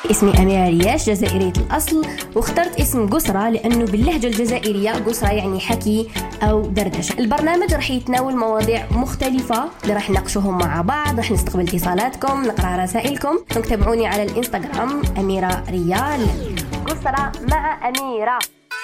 اسمي أميرة رياش، جزائرية الأصل، واخترت اسم قسرة لأنه باللهجة الجزائرية قسرة يعني حكي أو دردشة. البرنامج رح يتناول مواضيع مختلفة اللي رح نناقشوهم مع بعض، رح نستقبل اتصالاتكم، نقرأ رسائلكم. تابعوني على الإنستغرام أميرة ريال. قسرة مع أميرة.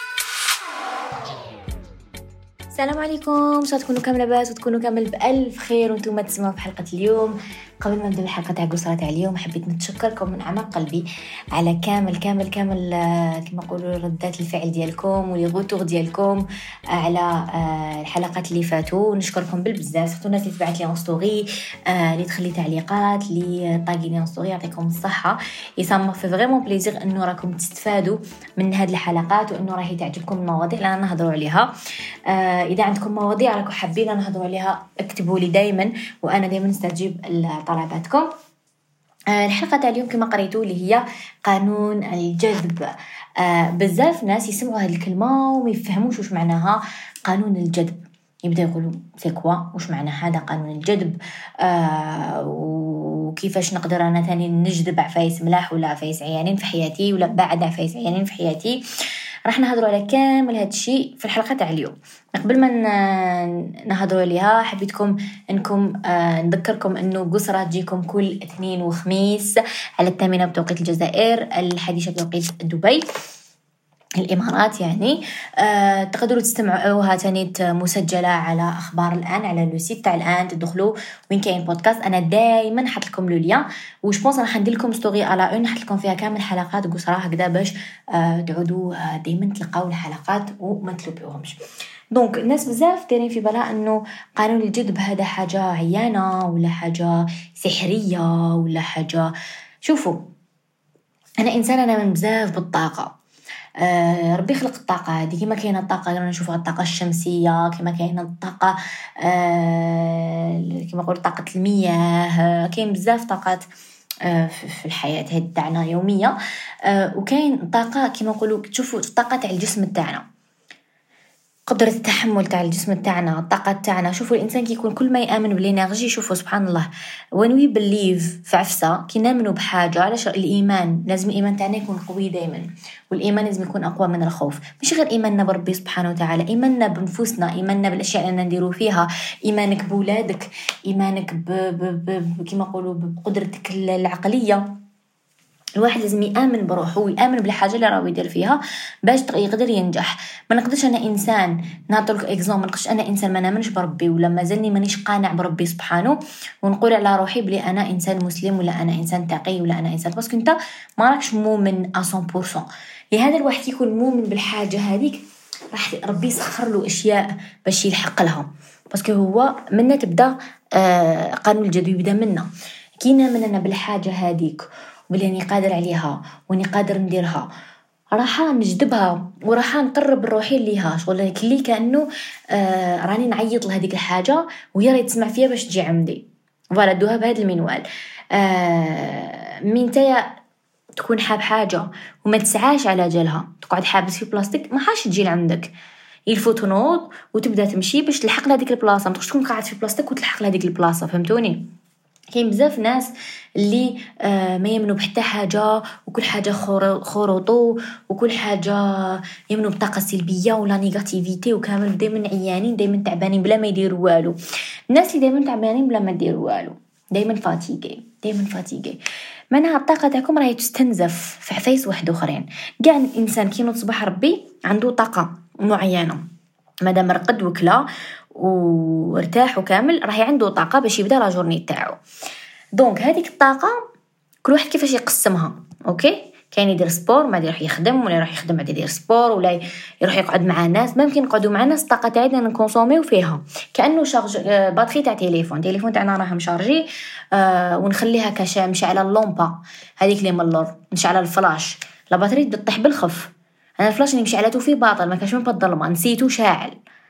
السلام عليكم، ان شاء الله تكونوا كامل لاباس وتكونوا كامل بألف خير وانتم تسمعوا في حلقة اليوم. قبل ما نبدا الحلقة تاع قصرة تاع اليوم حبيت نتشكركم من اعماق قلبي على كامل كما نقولوا ردات الفعل ديالكم ولي ديالكم على الحلقات اللي فاتوا. نشكركم بالبزاف، صرتوا الناس اللي تبعت لي ستوري، اللي تخلي تعليقات، اللي طاقيني ستوري. يعطيكم الصحة، يسمى في فريمون بليزير انه راكم تستفادوا من هذه الحلقات وانه راهي تعجبكم المواضيع اللي انا نهضروا عليها. إذا عندكم مواضيع راكم حابين نهضروا عليها اكتبوا لي دايما وأنا دايما نستجيب طلباتكم. الحلقة تاع اليوم كما قريتوا اللي هي قانون الجذب. بزاف ناس يسمعوا هذه الكلمة وما يفهموش وش معناها قانون الجذب، يبدأ يقولوا سيكوا وش معنى هذا قانون الجذب، وكيفاش نقدر أنا ثاني نجذب عفايس ملاح ولا عفايس عيانين في حياتي ولا بعد عفايس عيانين في حياتي. راح نهضروا على كامل هذا الشيء في الحلقة تاع اليوم. قبل ما نهضروا عليها حبيتكم انكم نذكركم انه قسرة تجيكم كل اثنين وخميس على 8 بتوقيت الجزائر، 11 بتوقيت دبي الإمارات يعني. تقدروا تستمعوها تاني مسجلة على أخبار الآن على السيت تاع الآن، تدخلوا وين كاين بودكاست. أنا دايما حط لكم له ليا وش بونس راح ندير لكم ستوري على نحط لكم فيها كامل حلقات قصرى هكذا باش تعودوا دايما تلقاو الحلقات وما تلوبيوهمش. دونك الناس بزاف دايرين في بالها انه قانون الجذب هذا حاجة عيانة ولا حاجة سحرية ولا حاجة. شوفوا، أنا إنسانة أنا من بزاف بالطاقة. ربي خلق الطاقة هذه كما كاينه الطاقة اللي نشوفها الطاقة الشمسية، كما كاينه الطاقة كما نقول طاقة المياه، كاين بزاف طاقات في الحياة هذه تاعنا يومية. وكاين طاقة كما نقولوا تشوفوا الطاقة تاع الجسم تاعنا، قدرة التحمل تاع الجسم تاعنا، الطاقة تاعنا. شوفوا الإنسان كي يكون كل ما يآمن بالإنرجي، شوفوا سبحان الله when we believe في عفسة كي نامنوا بحاجة. علاش الإيمان لازم الإيمان تاعنا يكون قوي دايما، والإيمان لازم يكون أقوى من الخوف. مش غير إيماننا بربي سبحانه وتعالى، إيماننا بنفوسنا، إيماننا بالأشياء اللي نديروا فيها، إيمانك بولادك، إيمانك كما نقولوا بقدرتك العقلية. الواحد لازم يآمن بروحه ويآمن بالحاجة اللي راهو يدير فيها باش يقدر ينجح. ما نقدرش أنا إنسان نعطيك إكزامبل، ما نقدرش أنا إنسان ما نامنش بربي ولا ما زلني مانيش قانع بربي سبحانه ونقول على روحي بلي أنا إنسان مسلم ولا أنا إنسان تقي ولا أنا إنسان، بس كنت ما راكش مؤمن 100%. لهذا الواحد يكون مؤمن بالحاجة هذيك راح ربي يسخر له أشياء باش يلحق لها، بس هو منا تبدأ قانون الجذب يبدأ منا. كي نامن أنا بالحاجة هذيك بلي أني قادر عليها واني قادر نديرها، راح نجذبها وراح نقرب روحي ليها. شغل كلي كأنه راني نعيط لهذيك الحاجة وهي راهي تسمع فيها باش تجي عندي. فوالا دوها بهذا المنوال. من تايا تكون حاب حاجة وما تسعاش على جالها، تقعد حابس في بلاستيك ما حاش تجي لعندك، يلفو تنوض وتبدا تمشي باش تلحق لهذيك البلاصة. ما تكون قاعد في بلاستيك وتلحق لهذيك البلاصة، فهمتوني؟ كاين بزاف ناس اللي ما يمنوا بحتى حاجة وكل حاجة خروطو وكل حاجة يمنوا بطاقة سلبية ولا نيجاتيفيتي وكامل دايما عيانين دايما تعبانين بلا ما يديروا والو. الناس اللي دايما تعبانين بلا ما يديروا والو دايما فاتيغي معناها الطاقة تاعكم راهي تستنزف في عفايس واحد اخرين. كاع الانسان كي ينوض صباح ربي عنده طاقة معينة، مادام رقد وكلا وارتاح وكامل راهي عنده طاقة باش يبدا لا جورني تاعو. دونك هذيك الطاقة كل واحد كيفاش يقسمها. اوكي، كاين يدير سبور ما يروح يخدم ولا يروح يخدم بعد يدير سبور ولا يروح يقعد مع ناس. ممكن نقعدوا مع ناس الطاقة تاعنا نكونسوميو فيها كأنه شارج باتري تاع تليفون تاعنا راه مشارجي، ونخليها مشعلة اللومبا هذيك اللي من اللور، نشعل الفلاش لا باتري تطيح بالخف. انا الفلاش اللي مشعلته فيه باطل ما كاش من بالظلمه نسيته شاعل.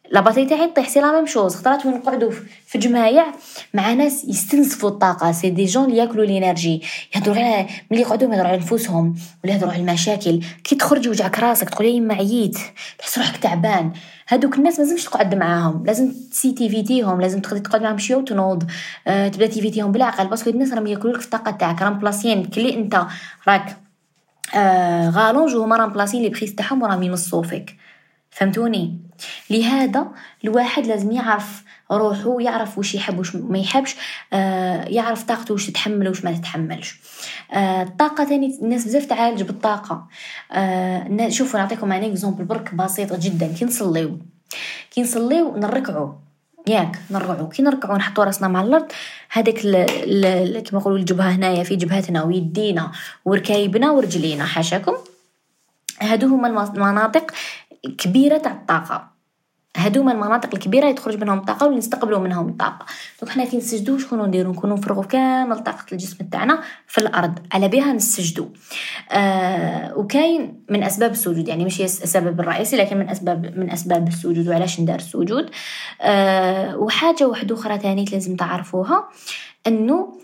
لا باتري تاعي طيح. سي لا ميم شوز. خطرات وين نقعدوا في جمايع مع ناس يستنزفوا الطاقه، سي دي جون اللي ياكلوا الانرجي، يهضروا على ملي يقعدوا يهضروا على نفوسهم ولا يهضروا على المشاكل. كي تخرج وجعك راسك تقول يا اما عييت، تحس روحك تعبان، هادوك الناس لازمش تقعد معاهم، لازم تيفيتيهم، لازم تقعد معاهم شويه وتنوض. تبدا تيفيتيهم بالعقل، باسكو الناس راهم ياكلوا لك في الطاقه تاعك، راهم بلاصيين كلي انت راك غالونج وهما راهم بلاصين لي بريس تاعهم وراهم يمصوا فيك. فهمتوني؟ لهذا الواحد لازم يعرف روحه، يعرف وش يحب وش ما يحبش، يعرف طاقته وش تتحمل وش ما تتحملش. الطاقه ثاني الناس بزاف تعالج بالطاقه. شوفوا نعطيكم ان اكزامبل برك بسيط جدا. كي نصليو نركعوا، ياك نركعوا، كي نركعوا نحطوا راسنا مع الارض، هذاك كما نقولوا الجبهه هنايا في جبهتنا ويدينا وركايبنا ورجلينا حاشاكم، هادو هما المناطق كبيره تاع الطاقه، هادوما المناطق الكبيره يتخرج منهم الطاقه واللي نستقبلوا منهم الطاقه. دونك حنا كي نسجدوا شكون نديروا؟ نكونوا نفرغوا كامل طاقه الجسم تاعنا في الارض، على بها نسجدوا. وكاين من اسباب السجود، يعني ماشي السبب الرئيسي لكن من اسباب السجود وعلاش ندار السجود. وحاجه واحده اخرى ثاني لازم تعرفوها، انه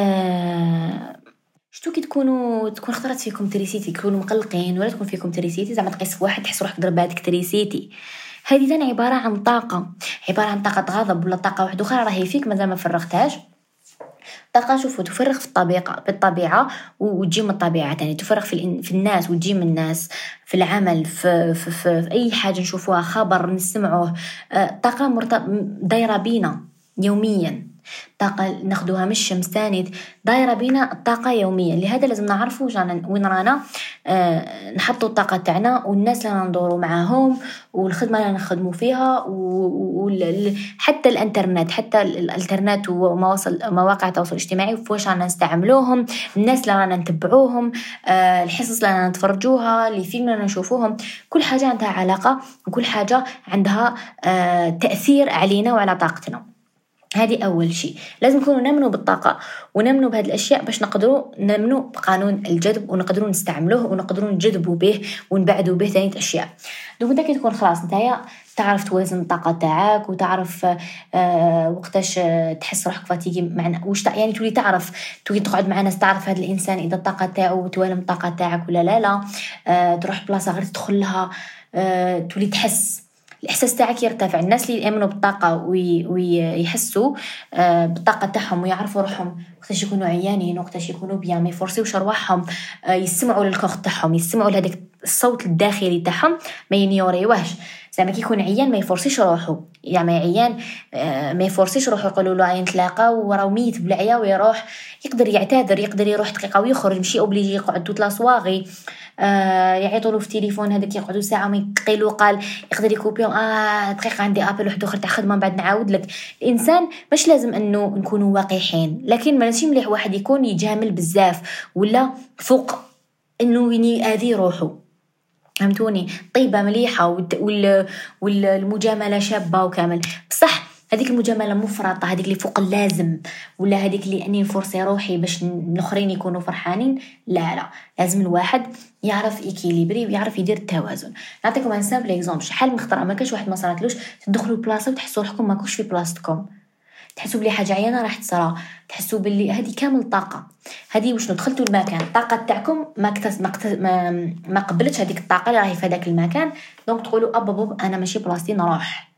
شتو كي تكون خطرت فيكم تريسيتي، تكونوا مقلقين ولا تكون فيكم تريسيتي، زعما تقيس واحد تحس روحك ضرباتك تريسيتي، هذه ثاني عباره عن طاقه غضب ولا طاقه واحده اخرى راهي فيك مازال ما فرغتهاش. طاقه شوفوا تفرغ في بالطبيعه وتجي من الطبيعه ثاني، تفرغ في الناس وتجي من الناس، في العمل، في اي حاجه نشوفوها، خبر نسمعوه. طاقه دايره بينا يوميا، طاقة ناخدوها من الشمس ثاني دايرة بينا الطاقة يوميا. لهذا لازم نعرفوا وين رانا نحطوا الطاقة تاعنا، والناس اللي ندوروا معاهم والخدمة اللي نخدموا فيها، حتى الانترنت ومواقع التواصل الاجتماعي فواش رانا نستعملوهم، الناس اللي رانا نتبعوهم، الحصص اللي رانا نتفرجوها، الفيلم اللي نشوفوهم، كل حاجة عندها علاقة وكل حاجة عندها تأثير علينا وعلى طاقتنا. هذه أول شيء، لازم نكونوا نؤمنوا بالطاقة ونؤمنوا بهذه الأشياء باش نقدروا نؤمنوا بقانون الجذب ونقدروا نستعملوه ونقدروا نجذبوا به ونبعدوا به ثاني أشياء. دوك انت كي تكون خلاص نتايا تعرف توازن الطاقة تاعك وتعرف وقتاش تحس روحك فاتيجي معنا واش يعني تولي تقعد مع ناس تعرف هذا الإنسان إذا الطاقة تاعو توالم الطاقة تاعك ولا لا. تروح بلاصة غير تدخل لها تولي تحس الإحساس تاعك يرتفع. الناس اللي يأمنوا بالطاقة ويحسوا بالطاقة تاعهم ويعرفوا روحهم وقتاش يكونوا عيانين وقتاش يكونوا بيان، ما يفرسيوش رواحهم، يسمعوا للكوخ تاعهم، يسمعوا لهذاك الصوت الداخلي تاعهم، ما ينيوريوهش. زعما كي يكون عيان ما يفرسيش روحه، يعني عيان ما يفرسيش روحه، يقولوا له نتلاقى وراه ميت بالعيا ويروح، يقدر يعتذر، يقدر يروح دقيقة ويخرج، ماشي اوبليجي يقعد توت لا سواغي يعيطوا له في التليفون هذاك يقعدوا ساعه ما يقيلوا، قال يقدر يكوبيهم دقيقه عندي ابل واحد اخر تاع خدمه بعد نعاود لك. الانسان مش لازم انه نكونوا وقحين، لكن ماشي مليح واحد يكون يجامل بزاف ولا فوق انه يأذي روحه. فهمتوني؟ طيبه مليحه والمجامله شابه وكامل، بصح هذيك المجامله مفرطه، هذيك اللي فوق اللازم، ولا هذيك اللي اني نفرسي روحي باش الاخرين يكونوا فرحانين. لا لازم الواحد يعرف يكيليبري ويعرف يدير التوازن. نعطيكم ان سامبل اكزامبل. شحال من خطره ما كاش واحد ما صراتلوش تدخلوا بلاصه وتحسوا روحكم ما كوش في بلاصتكم، تحسوا بلي حاجه عيانه راح تصرى، تحسوا باللي هذه كامل طاقه، هذه واش دخلتوا المكان الطاقه تاعكم ما قبلتش هذيك الطاقه اللي راهي في هذاك المكان، دونك تقولوا ابا انا ماشي بلاصتي نروح.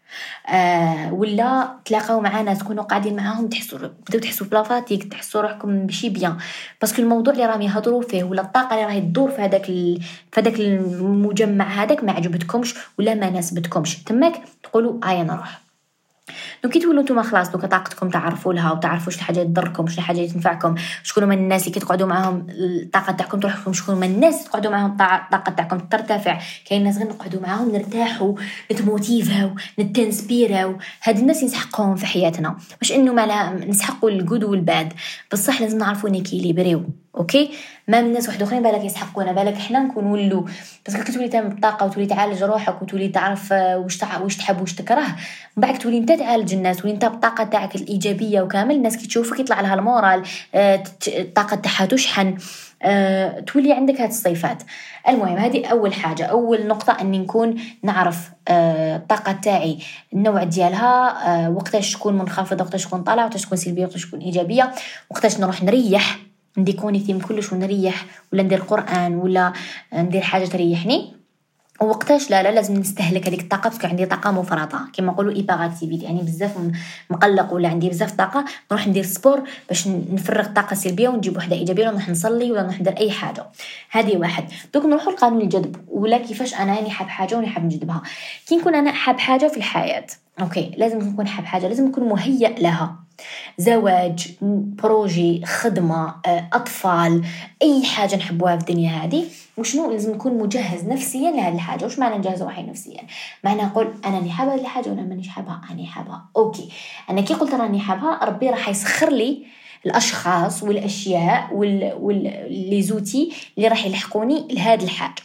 ولا تلاقاو مع ناس تكونوا قاعدين معاهم بداو تحسوا بلافاتيك، تحسوا روحكم ماشي بيان، باسكو الموضوع اللي راهم يهضروا فيه ولا الطاقه اللي راهي تدور في هذاك المجمع هذاك ما عجبتكمش ولا ما ناسبتكمش، تماك تقولوا نروح. دونك كي تولوا نتوما خلاص دوك طاقتكم تعرفوا لها وتعرفوا شنو حاجه تضركم شنو حاجه تنفعكم، شكون هما الناس اللي كتقعدوا معاهم الطاقه تاعكم تروح لكم، شكون هما الناس اللي تقعدوا معاهم الطاقه تاعكم ترتفع. كاين ناس غير نقعدوا معاهم نرتاحوا نتموتيفاو نتنسبيراو، هاد الناس ينسحقوهم في حياتنا، مش انه ما نسحقوا الجود والباد، بصح لازم نعرفوا نيكيليبريو اوكي. ما من الناس واحد اخرين بالك يسحقونا، بالك احنا نكون ولو بس كتولي تعمل بالطاقه وتولي تعالج روحك وتولي تعرف واش تحب واش تكره، من بعد تولي انت تعالج الناس، تولي انت بالطاقه تاعك الايجابيه وكامل، الناس كي تشوفك يطلع لها المورال، الطاقه تاعها تشحن، تولي عندك هاد الصفات. المهم هذه اول حاجه، اول نقطه اني نكون نعرف الطاقه تاعي النوع ديالها، وقتاش تكون منخفضه، وقتاش تكون طالعه، وقتاش تكون سلبيه، وقتاش تكون ايجابيه، وقتاش نروح نريح نديكونيتي من كلش ونريح، ولا ندير قرآن ولا ندير حاجه تريحني، ووقتاش لا لازم نستهلك هذيك الطاقه باسكو عندي طاقه مفرطه كما نقولوا ايبر اكتيفيتي، يعني بزاف مقلق ولا عندي بزاف طاقه، نروح ندير سبور باش نفرغ الطاقه السلبيه ونجيب وحده ايجابيه، ولا نروح نصلي ولا نروح ندير اي حاجه. هذه واحد. دوك نروحوا لقانون الجذب، ولا كيفاش انا راني حاب حاجه وني حاب نجذبها. كي نكون انا حاب حاجه في الحياه، اوكي، لازم نكون حاب حاجه، لازم نكون مهيأ لها، زواج، بروجي، خدمه، اطفال، اي حاجه نحبوها في الدنيا هذه، وشنو لازم نكون مجهز نفسيا لهذه الحاجه. واش معنى نجهز روحي نفسيا؟ معنى نقول انا راني حابه هذه الحاجه ولا مانيش حابها، راني حابها، اوكي. انا كي قلت راني حابها، ربي راح يسخر لي الاشخاص والاشياء واللي زوتي اللي راح يلحقوني لهذه الحاجه.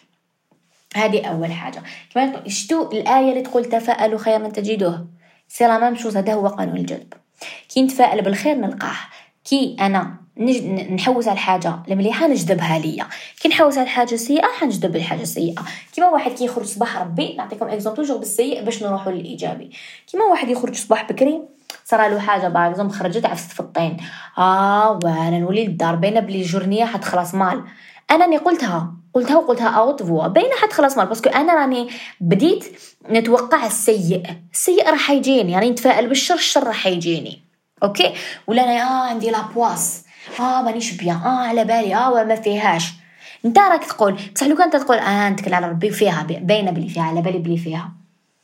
هذه اول حاجه. كما شتو الايه اللي تقول تفاءلوا خيرا تجدوه، سي لا ميم شوز، هذا هو قانون الجذب. كي نتفائل بالخير نلقاه، كي انا نحوس على الحاجه المليحه نجذبها ليا، كي نحوس على الحاجه السيئه حنجذب الحاجه السيئه. كيما واحد كي يخرج صباح ربي، نعطيكم اكزامبل توجور بالسيء باش نروحوا للايجابي. كيما واحد يخرج صباح بكري صرالو حاجه باغ خرجت عفست في الطين، وانا نولي للدار باينه بلي جورنيه حتخلص مال. انا راني قلتها اوت فوا باينه حتخلص مال، باسكو انا راني بديت نتوقع السيء راح يجيني، يعني نتفائل بالشر، الشر راح يجيني، اوكي. ولا انا عندي لابواس، مانيش بيان، على بالي وما فيهاش. انت راك تقول بصح لو كنت تقول نتكل على ربي فيها، باينه بلي فيها، على بالي بلي فيها،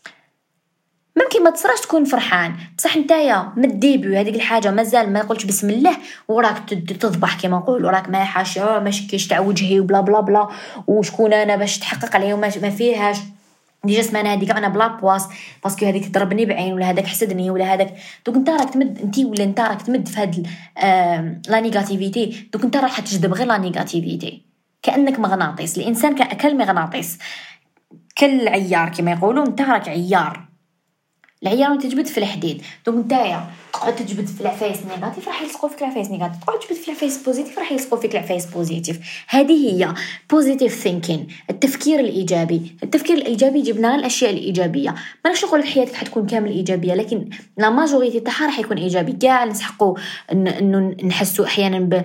ممكن ما تصراش تكون فرحان، بصح نتايا مديبي هذيك الحاجه مازال ما قلتش بسم الله وراك تذبح كما نقولوا، راك ما حاشا ما شكيش تاع وجهي وبلا بلا بلا، وشكون انا باش تحقق عليه وما فيهاش ديجا سمانه هذيك انا بلا بواس، باسكو هذيك تضربني بعين، ولا هذاك حسدني، ولا هذاك. دوك انت راك تمد انت، ولا انت راك تمد في هاد لا نيجاتيفيتي، دوك انت راح تجذب غير لا نيجاتيفيتي، كانك مغناطيس. الانسان كالمغناطيس، كالعيار كما يقولوا، انت راك عيار، العيار تجبد في الحديد. دونك نتايا تقعد تجبد في العفايس نيجاتيف راح يلصقوا فيك العفايس نيجاتيف، تقعد تجبد في العفايس بوزيتيف راح يلصقوا فيك العفايس بوزيتيف. هذه هي بوزيتيف ثينكين، التفكير الايجابي. التفكير الايجابي يجيب لنا الاشياء الايجابيه. ما نقولش نقول في حياتك حتكون كامل ايجابيه، لكن لا ماجوريتي تاعها راح يكون ايجابي. كاع نسحقوا انه نحسوا احيانا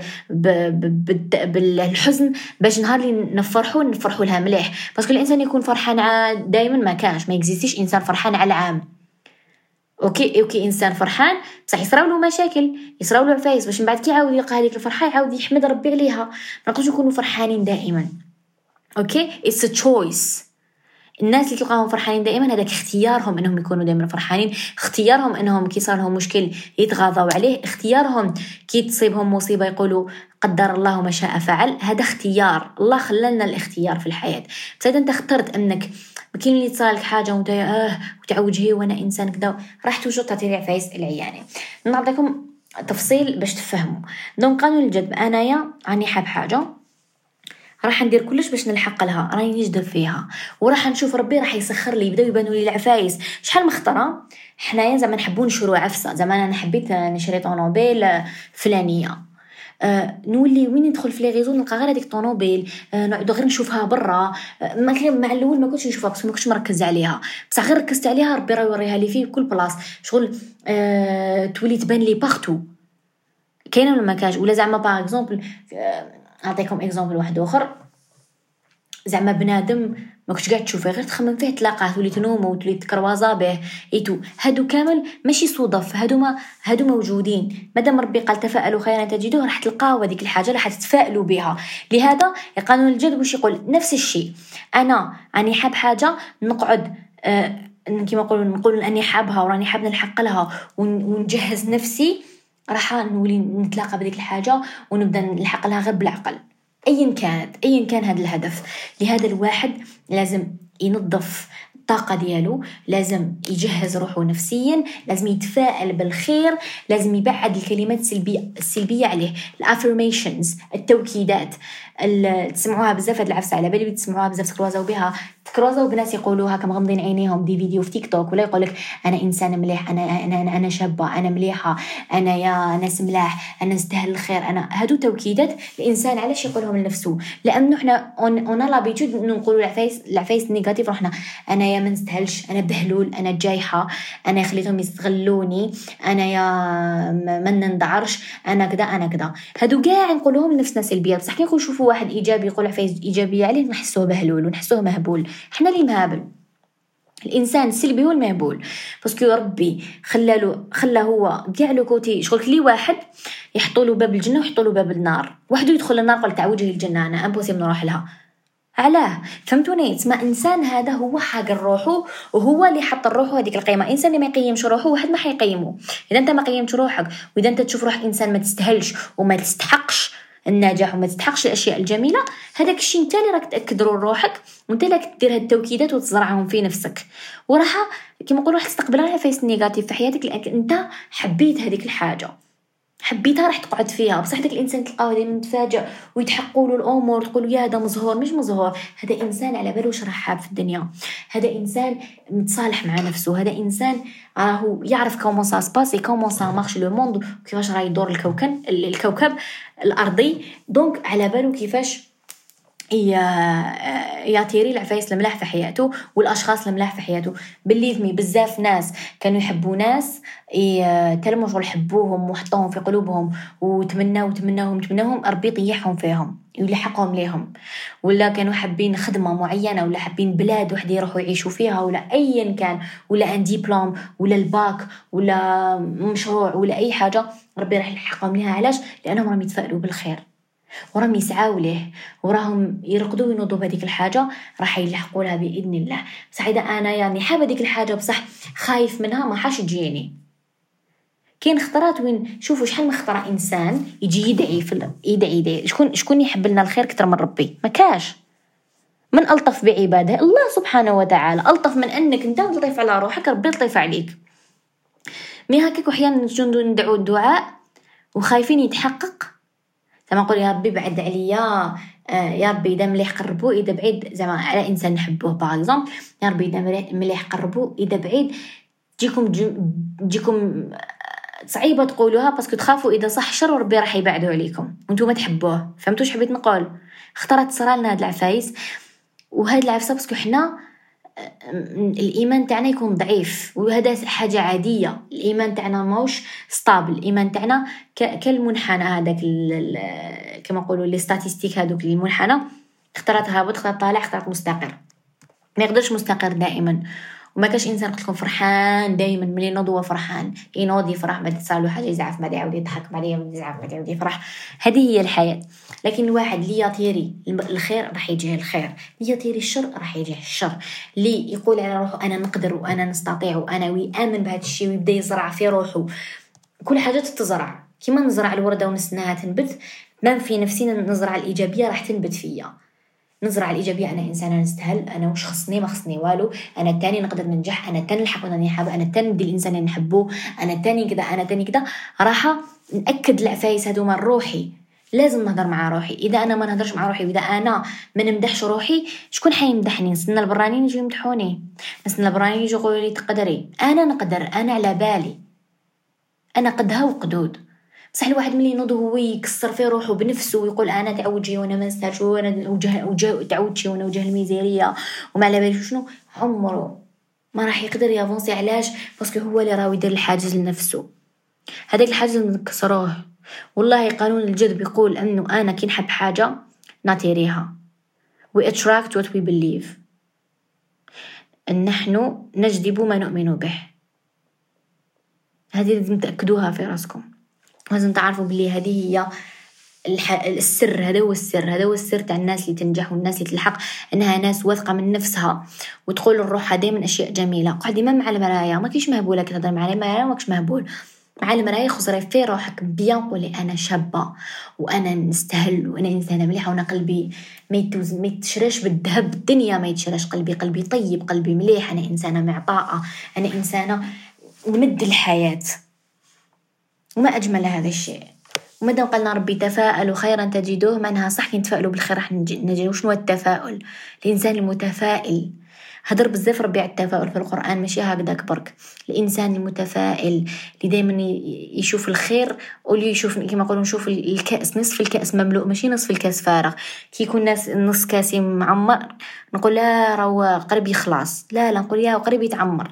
بالحزن باش نهار اللي نفرحوا لها مليح، باسكو الانسان يكون فرحان دائما ما كانش، ما يكزيستيش انسان فرحان على العام. اوكي انسان فرحان بصح يصراولو مشاكل، يصراولو عفايس، باش من بعد كي يعاود يلقى هذيك الفرحه يعاود يحمد ربي عليها. ما نقولش نكونوا فرحانين دائما، اوكي، اتس تشويس. الناس اللي تلقاهم فرحانين دائما هذاك اختيارهم انهم يكونوا دائما فرحانين، اختيارهم انهم كي صار لهم مشكل يتغاضوا عليه، اختيارهم كي تصيبهم مصيبه يقولوا قدر الله ما شاء فعل. هذا اختيار، الله خللنا الاختيار في الحياه. بس انت اخترت انك كاين اللي تصالك حاجه وانت وتعوجهي وانا انسان كذا، راح توجد تعطي عفايس العيانه. نعطيكم تفصيل باش تفهموا. دونك قانون الجذب، انايا راني حاب حاجه، راح ندير كلش باش نلحق لها، راني نجذب فيها، وراح نشوف ربي راح يسخر لي، يبداو يبانوا لي العفايس. شحال مخطره حنايا زعما نحبوا نشرو عفسه، زعما انا حبيت نشري طونوبيل فلانيه، نولي وين ندخل في لي ريزو نلقى غير هذيك طونوبيل، نقعد غير نشوفها برا. مع الاول ما كنتش نشوفها بس ما كنتش مركز عليها، بصح غير ركزت عليها ربي راه يوريها لي في كل بلاصه، شغل تولي تبان لي بارتو. كاينه ولا ما كاش؟ ولا زعما باغ اكزومبل نعطيكم اكزامبل واحد اخر، زعما بنادم ما كنتش قاعد تشوفه غير تخمم فيه تلاقاه، تولي تنوم وتولي تكروازا به ايتو. هادو كامل ماشي صدف، هادو موجودين. مادام ربي قال تفاءلوا خيرا تجدوه، راح تلقاو هذيك الحاجه راح تتفائلوا بها. لهذا قانون الجذب واش يقول؟ نفس الشيء. انا راني حاب حاجه، نقعد كيما نقول اني حابها وراني حاب نلحق لها ونجهز نفسي، راح نولي نتلاقى بهذيك الحاجه ونبدا نلحق لها غير بالعقل. ايا كان هذا الهدف. لهذا الواحد لازم ينظف الطاقة ديالو، لازم يجهز روحه نفسيا، لازم يتفائل بالخير، لازم يبعد الكلمات السلبية عليه. الافرميشنز، التوكيدات، تسمعوها بزاف هاد العفسة، على بالي تسمعوها بزاف، تكروزاو بناس يقولوها كمغمضين عينيهم دي فيديو في تيك توك، ولا يقولك انا انسان مليح، انا شابه، انا مليحه، انا يا ناس ملاح، انا نستاهل الخير. انا هادو توكيدات الانسان علاش يقولهم لنفسه، لانه احنا اون لابيتود نقولوا العفايس نيجاتيف روحنا، انا يا ما نستاهلش، انا بهلول، انا جايحه، انا خليتهم يستغلوني، انا يا ما نندعرش، انا كذا. هادو كاع نقولوهم لنفسنا سلبيه، بصح كي نشوفوا واحد ايجابي يقول عفايس ايجابيه عليه نحسوه بهلول ونحسوه مهبول. احنا اللي مهابل، الانسان السلبي هو المهبول، باسكو ربي خلى هو كاع لو كوتي شغل لي واحد يحطوا له باب الجنه ويحطوا له باب النار، واحد يدخل النار قال تعوجه الجنه، انا امبوسيبل نروح لها. علاه؟ فهمتوني؟ تسمى انسان هذا هو حاجر روحه، وهو اللي حط الروح هذيك القيمه. انسان اللي ما يقيمش روحه واحد ما حيقيمه. اذا انت ما قيمتش روحك، واذا انت تشوف روحك انسان ما تستاهلش وما تستحقش النجاح وما تستحقش الاشياء الجميله، هذاك الشيء انت اللي راك تاكد روحك، وانت اللي راك دير هاد التوكيدات وتزرعهم في نفسك، وراح كيما نقولوا راح تستقبل عفايس نيجاتيف في حياتك، لانك انت حبيت هذيك الحاجه، حبيتها راح تقعد فيها. بصح داك الانسان تلقاه دائما متفاجئ ويتحقوا له الامور، تقولوا يا هذا مزهور، مش مزهور، هذا انسان على باله واش راه حاب في الدنيا، هذا انسان متصالح مع نفسه، هذا انسان راهو يعرف كومون سا سباس كومون سا مارش لو موند، كيفاش راه يدور الكوكب الارضي. دونك على باله كيفاش يعطيري العفايس الملاح في حياته والاشخاص الملاح في حياته. بليفمي بزاف ناس كانوا يحبوا ناس تلمجوا يحبوهم وحطوهم في قلوبهم وتمناهم ربي يطيحهم فيهم يلحقهم ليهم، ولا كانوا حابين خدمه معينه، ولا حابين بلاد وحده يروحوا يعيشوا فيها، ولا ايا كان، ولا ان ديبلوم، ولا الباك، ولا مشروع، ولا اي حاجه، ربي راح يلحقهم ليها. علاش؟ لانهم راهم يتفائلوا بالخير وراهم يسعاو ليه وراهم يرقدوا وينوضوا بهذيك الحاجه، راح يلحقوا لها باذن الله. بصح اذا انا يعني حابه ديك الحاجه بصح خايف منها ما حاش تجيني. كاين خطرات وين شوفوا شحال من خطره انسان يجي يدعي شكون يحب لنا الخير كثر من ربي؟ ما كاش من الطف بعباده الله سبحانه وتعالى، الطف من انك انت تطيف على روحك ربي يطيف عليك. مي هكاك احيانا ندعو الدعاء وخايفين يتحقق، زعما نقول يا ربي بعد عليا، يا ربي اذا مليح قربوا، اذا بعيد زعما على انسان نحبوه باغ اكزومبل، يا ربي اذا مليح قربوا، اذا بعيد تجيكم صعيبه تقولوها باسكو تخافوا اذا صح شر ربي راح يبعدوا عليكم وانتم ما تحبوه. فهمتوا اش حبيت نقول؟ خطرات صرالنا هاد العفايس وهاد العفسه باسكو حنا الايمان تاعنا يكون ضعيف، وهذا حاجه عاديه. الايمان تاعنا ماهوش ستابل، الايمان تاعنا كالمنحنى هذاك كما نقولوا لي ستاتستيك، هذوك المنحنى خطرات هابط خطرات طالع خطرات مستقر، ما يقدرش مستقر دائما. وما كاش انسان قلت لكم فرحان دائما، ملي ينوض هو فرحان، ينوض يفرح، بعد تصالو حاجه يزعف، بعد يعاود يضحك، بعد يعاود يزعف، بعد يعاود يفرح. هذه هي الحياه. لكن الواحد اللي يطيري الخير راح يجيه الخير، اللي يطيري الشر راح يجيه الشر. اللي يقول على روحه انا نقدر وانا نستطيع وانا ويامن بهذا الشيء ويبدا يزرع في روحه، كل حاجه تتزرع كيما نزرع الورده ونستناها تنبت، نام في نفسنا نزرع الايجابيه راح تنبت فيا. نزرع الإيجابية، أنا إنسانة نستاهل، أنا وش خصني ما خصني والو، أنا التاني نقدر ننجح، أنا التاني نلحق وانا حابة، أنا التاني ندي الإنسان اللي نحبه، أنا التاني كذا، أنا التاني كذا. راح نأكد العفايس هذو من روحي. لازم نهضر مع روحي. إذا أنا ما نهضرش مع روحي وإذا أنا ما نمدحش روحي، شكون حيمدحني؟ نستنى البرانيين يجوا يمدحوني، نستنى البرانيين يجوا يقولوا لي تقدري. أنا نقدر، أنا على بالي، أنا قدها وقدود. صح الواحد ملي ينوض هو يكسر في روحه بنفسه ويقول انا تعوجي وانا ما نستاهلش وانا وجه تعوجي وانا وجه الميزيريه وما على بالي شنو، عمره ما راح يقدر يافونسي. علاش؟ باسكو هو اللي راه يدير الحاجز لنفسه. هذاك الحاجز نكسروه. والله قانون الجذب يقول انه انا كي نحب حاجه نطيريها. we attract what we believe. نحن نجذب ما نؤمن به. هذه لازم تاكدوها في راسكم، لازم تعرفوا بلي هذه هي السر. هذا هو السر تاع الناس اللي تنجح والناس اللي تلحق، انها ناس واثقه من نفسها وتقول لروحها دائما اشياء جميله. قاعد ديما مع المرايا، ما كاينش مهبوله كتهضر مع المرايا، ما كاينش مهبول. مع المرايه خزري في روحك بيان، قولي انا شابه وانا نستاهل وانا انسانه مليحه وانا قلبي ما يتشراش بالذهب، الدنيا ما يتشراش، قلبي طيب، قلبي مليح، انا انسانه معطاءه، انا انسانه نمد الحياه. وما اجمل هذا الشيء. ومادام قالنا ربي تفاءلوا خيرا تجدوه، معناها صح كي نتفائلوا بالخير راح نجي. شنو التفاؤل؟ الانسان المتفائل، هدر بزاف ربي على التفاؤل في القرآن، ماشي هكذاك برك. الإنسان المتفائل اللي دايما يشوف الخير، واللي يشوف كما نقولوا نشوف الكأس نصف الكأس مملوء ماشي نصف الكأس فارغ. كي يكون الناس نص كاسي معمر نقول لا راهو قريب يخلص، لا نقول يا قريب يتعمر.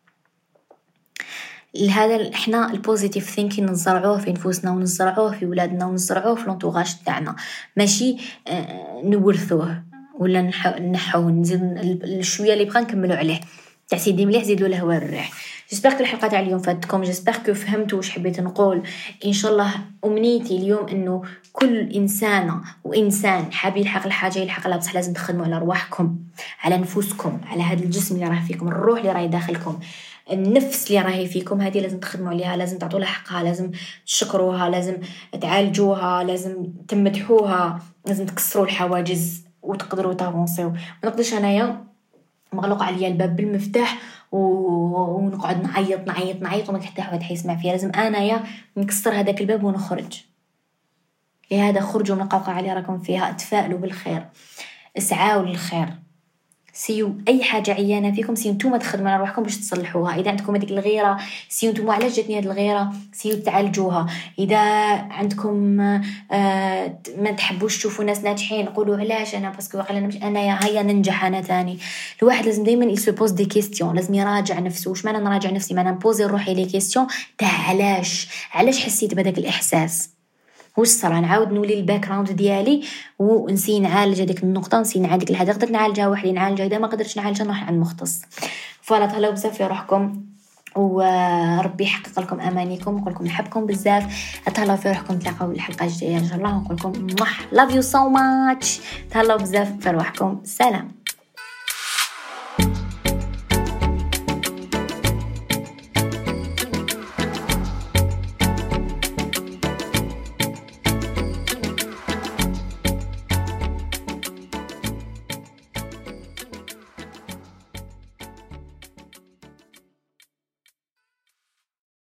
لهذا احنا البوزيتيف ثينكين نزرعوه في نفوسنا ونزرعوه في ولادنا ونزرعوه في لونطوغاج تاعنا، ماشي نورثوه ولا نحوه نزيد الشويه اللي بغا نكملوا عليه تاع سيدي مليح زيدوا له هوا الريح. جيسبر الحلقه تاع اليوم فاتكم، جيسبر فهمتوا واش حبيت نقول. ان شاء الله امنيتي اليوم انه كل انسانه وانسان حاب يلحق الحاجه يلحق لها، بصح لازم تخدموا على رواحكم، على نفوسكم، على هذا الجسم اللي راه فيكم، الروح اللي راهي داخلكم، النفس اللي راهي فيكم، هذه لازم تخدموا عليها، لازم تعطوا لها حقها، لازم تشكروها، لازم تعالجوها، لازم تمدحوها، لازم تكسروا الحواجز وتقدروا تافونسيو. ما نقدرش انايا مغلق عليا الباب بالمفتاح ونقعد نعيط وما حتى واحد حيسمع فيا. لازم انايا نكسر هذاك الباب ونخرج. لهذا خرجوا من القوقعه اللي راكم فيها، تفائلوا بالخير، اسعاوا للخير، سيو اي حاجه عيانه فيكم سيو نتوما تخدموا على روحكم باش تصلحوها. اذا عندكم هذيك الغيره سيو نتوما علاش جاتني هذه الغيره، سيو تعالجوها. اذا عندكم ما تحبوش تشوفوا ناس ناجحين قولوا علاش انا، باسكو واقيلا انا مش انا هيا ننجح انا ثاني. الواحد لازم دائما يسو بوز دي كيستيون، لازم يراجع نفسه. واش معنى نراجع نفسي؟ معنى نبوزي روحي لي كيستيون تاع علاش حسيت بهذاك الاحساس، واش صرا، نعاود نولي الباك جراوند ديالي ونسي نعالج هذيك النقطه، نسي نعالج الحاجه قدرت نعالجها وحدي نعالجها، اذا ما قدرتش نعالجها نروح عند مختص. فوالا تهلاو بزاف في روحكم وربي يحقق لكم امانيكم. نقول لكم نحبكم بزاف، تهلاو في روحكم، نتلاقاو الحلقه الجايه ان شاء الله. نقول لكم love you so much، تهلاو بزاف في روحكم، سلام.